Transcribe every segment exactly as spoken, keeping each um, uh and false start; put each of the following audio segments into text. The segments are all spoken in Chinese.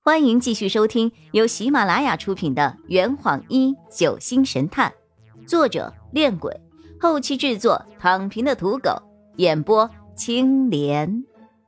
欢迎继续收听由喜马拉雅出品的《圆谎一九星神探》，作者恋鬼，后期制作躺平的土狗，演播青莲。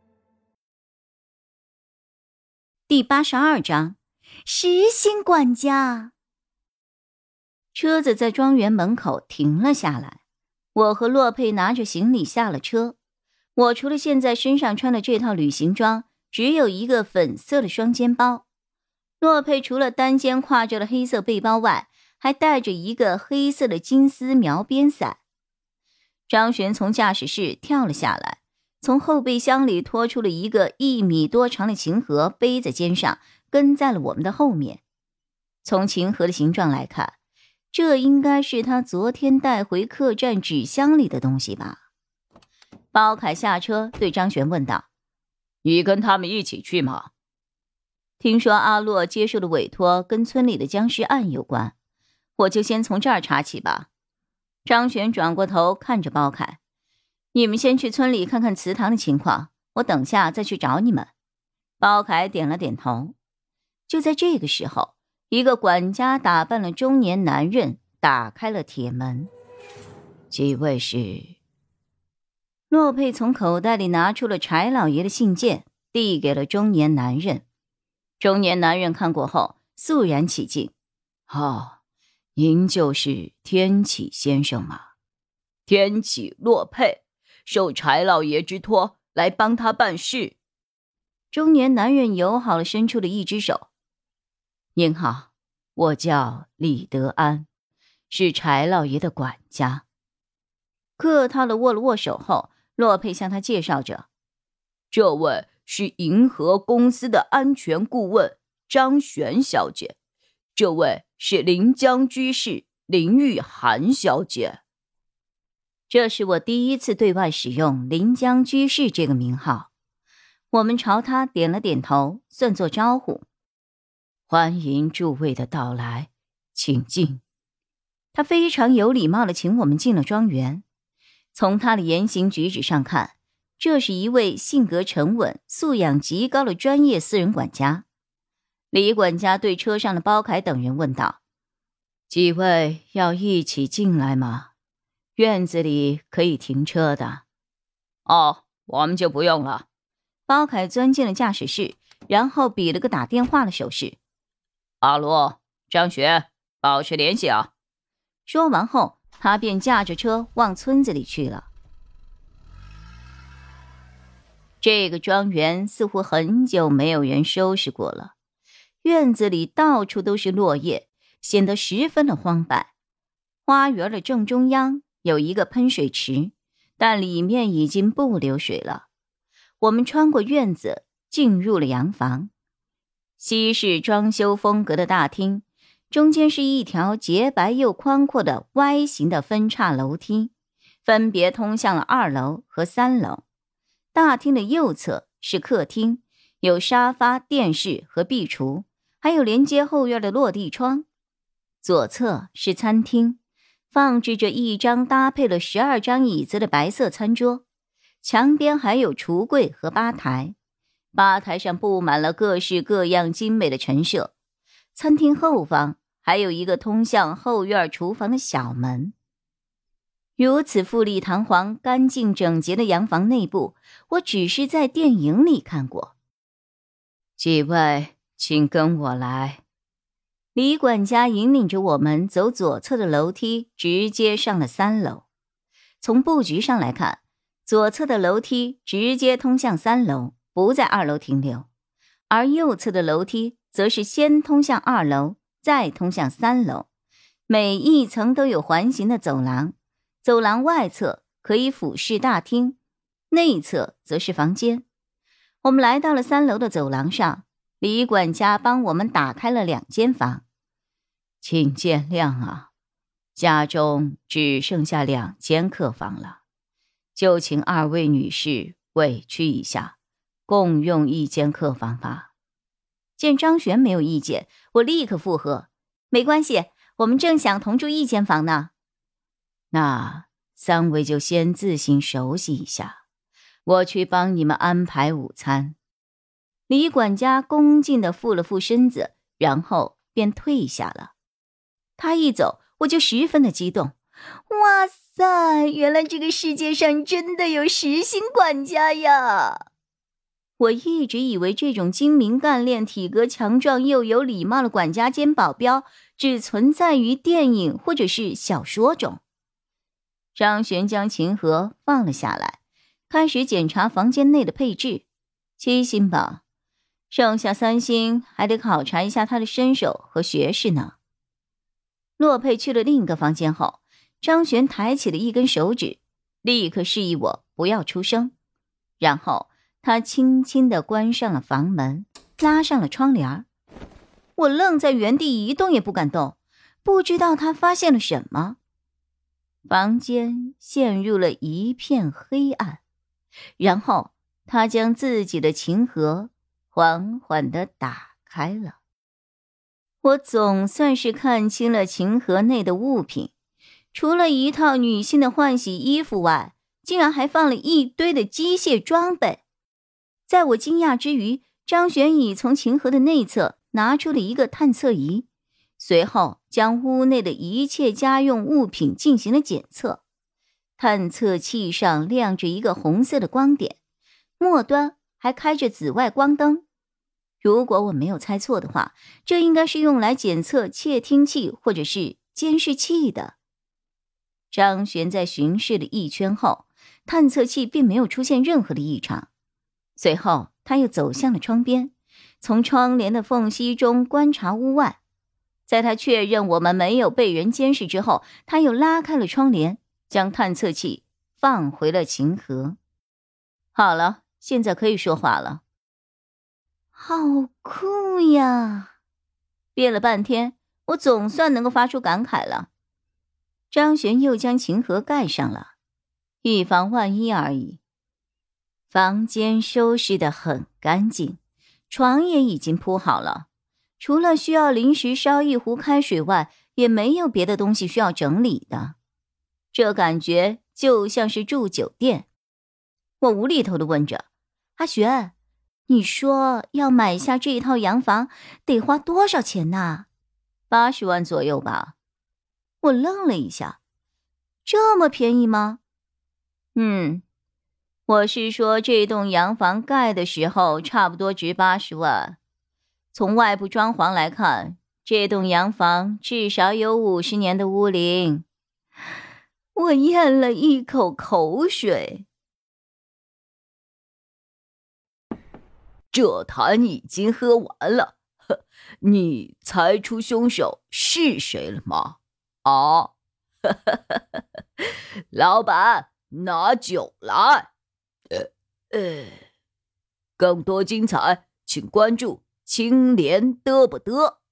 第八十二章，实心管家。车子在庄园门口停了下来，我和洛佩拿着行李下了车。我除了现在身上穿的这套旅行装，只有一个粉色的双肩包。洛佩除了单肩挎着的黑色背包外，还带着一个黑色的金丝描边伞。张璇从驾驶室跳了下来，从后备箱里拖出了一个一米多长的琴盒，背在肩上，跟在了我们的后面。从琴盒的形状来看，这应该是他昨天带回客栈纸箱里的东西吧。包凯下车对张璇问道： 你跟他们一起去吗？ 听说阿洛接受的委托跟村里的僵尸案有关，我就先从这儿查起吧。张璇转过头看着包凯：你们先去村里看看祠堂的情况，我等下再去找你们。包凯点了点头。就在这个时候，一个管家打扮了中年男人打开了铁门。 几位是？ 洛佩从口袋里拿出了柴老爷的信件，递给了中年男人。中年男人看过后肃然起敬： 哦，您就是天启先生吗？ 天启洛佩，受柴老爷之托来帮他办事。 中年男人友好地伸出了一只手： 您好，我叫李德安，是柴老爷的管家。 客套地握了握手后，洛佩向他介绍着： 这位是银河公司的安全顾问张璇小姐，这位是临江居士林玉涵小姐。 这是我第一次对外使用临江居士这个名号。我们朝他点了点头，算作招呼。 欢迎诸位的到来，请进。 他非常有礼貌地请我们进了庄园。从他的言行举止上看，这是一位性格沉稳、素养极高的专业私人管家。李管家对车上的包凯等人问道： 几位要一起进来吗？院子里可以停车的。 哦，我们就不用了。 包凯钻进了驾驶室，然后比了个打电话的手势： 阿罗、张璇，保持联系啊。 说完后，他便驾着车往村子里去了。这个庄园似乎很久没有人收拾过了，院子里到处都是落叶，显得十分的荒败。花园的正中央有一个喷水池，但里面已经不流水了。我们穿过院子，进入了洋房。西式装修风格的大厅，中间是一条洁白又宽阔的 Y 型的分岔楼梯，分别通向了二楼和三楼。大厅的右侧是客厅，有沙发、电视和壁橱，还有连接后院的落地窗。左侧是餐厅，放置着一张搭配了十二张椅子的白色餐桌，墙边还有橱柜和吧台，吧台上布满了各式各样精美的陈设。餐厅后方还有一个通向后院厨房的小门。如此富丽堂皇、干净整洁的洋房内部，我只是在电影里看过。 几位，请跟我来。 李管家引领着我们走左侧的楼梯，直接上了三楼。从布局上来看，左侧的楼梯直接通向三楼，不在二楼停留，而右侧的楼梯则是先通向二楼，再通向三楼。每一层都有环形的走廊，走廊外侧可以俯视大厅，内侧则是房间。我们来到了三楼的走廊上，李管家帮我们打开了两间房。 请见谅啊，家中只剩下两间客房了，就请二位女士委屈一下，共用一间客房吧。 见张璇没有意见，我立刻附和：没关系，我们正想同住一间房呢。 那三位就先自行熟悉一下，我去帮你们安排午餐。 李管家恭敬地附了附身子，然后便退下了。他一走，我就十分的激动。哇塞，原来这个世界上真的有实心管家呀！我一直以为这种精明干练、体格强壮又有礼貌的管家兼保镖只存在于电影或者是小说中。张璇将琴盒放了下来，开始检查房间内的配置。七星吧，剩下三星还得考察一下他的身手和学识呢。洛佩去了另一个房间后，张璇抬起了一根手指，立刻示意我不要出声，然后他轻轻地关上了房门，拉上了窗帘。我愣在原地一动也不敢动，不知道他发现了什么。房间陷入了一片黑暗，然后他将自己的琴盒缓缓地打开了。我总算是看清了琴盒内的物品，除了一套女性的换洗衣服外，竟然还放了一堆的机械装备。在我惊讶之余，张玄已从琴盒的内侧拿出了一个探测仪，随后将屋内的一切家用物品进行了检测。探测器上亮着一个红色的光点，末端还开着紫外光灯。如果我没有猜错的话，这应该是用来检测窃听器或者是监视器的。张璇在巡视了一圈后，探测器并没有出现任何的异常。随后他又走向了窗边，从窗帘的缝隙中观察屋外。在他确认我们没有被人监视之后，他又拉开了窗帘，将探测器放回了琴盒。好了，现在可以说话了。好酷呀！憋了半天，我总算能够发出感慨了。张璇又将琴盒盖上了，以防万一而已。房间收拾得很干净，床也已经铺好了，除了需要临时烧一壶开水外，也没有别的东西需要整理的。这感觉就像是住酒店。我无厘头地问着，阿璇，你说要买下这一套洋房得花多少钱呢？八十万左右吧。我愣了一下，这么便宜吗？嗯，我是说这栋洋房盖的时候差不多值八十万。从外部装潢来看，这栋洋房至少有五十年的屋龄。我咽了一口口水。 这坛已经喝完了，呵，你猜出凶手是谁了吗？啊，老板，拿酒来。呃呃，更多精彩，请关注青莲嘚不嘚。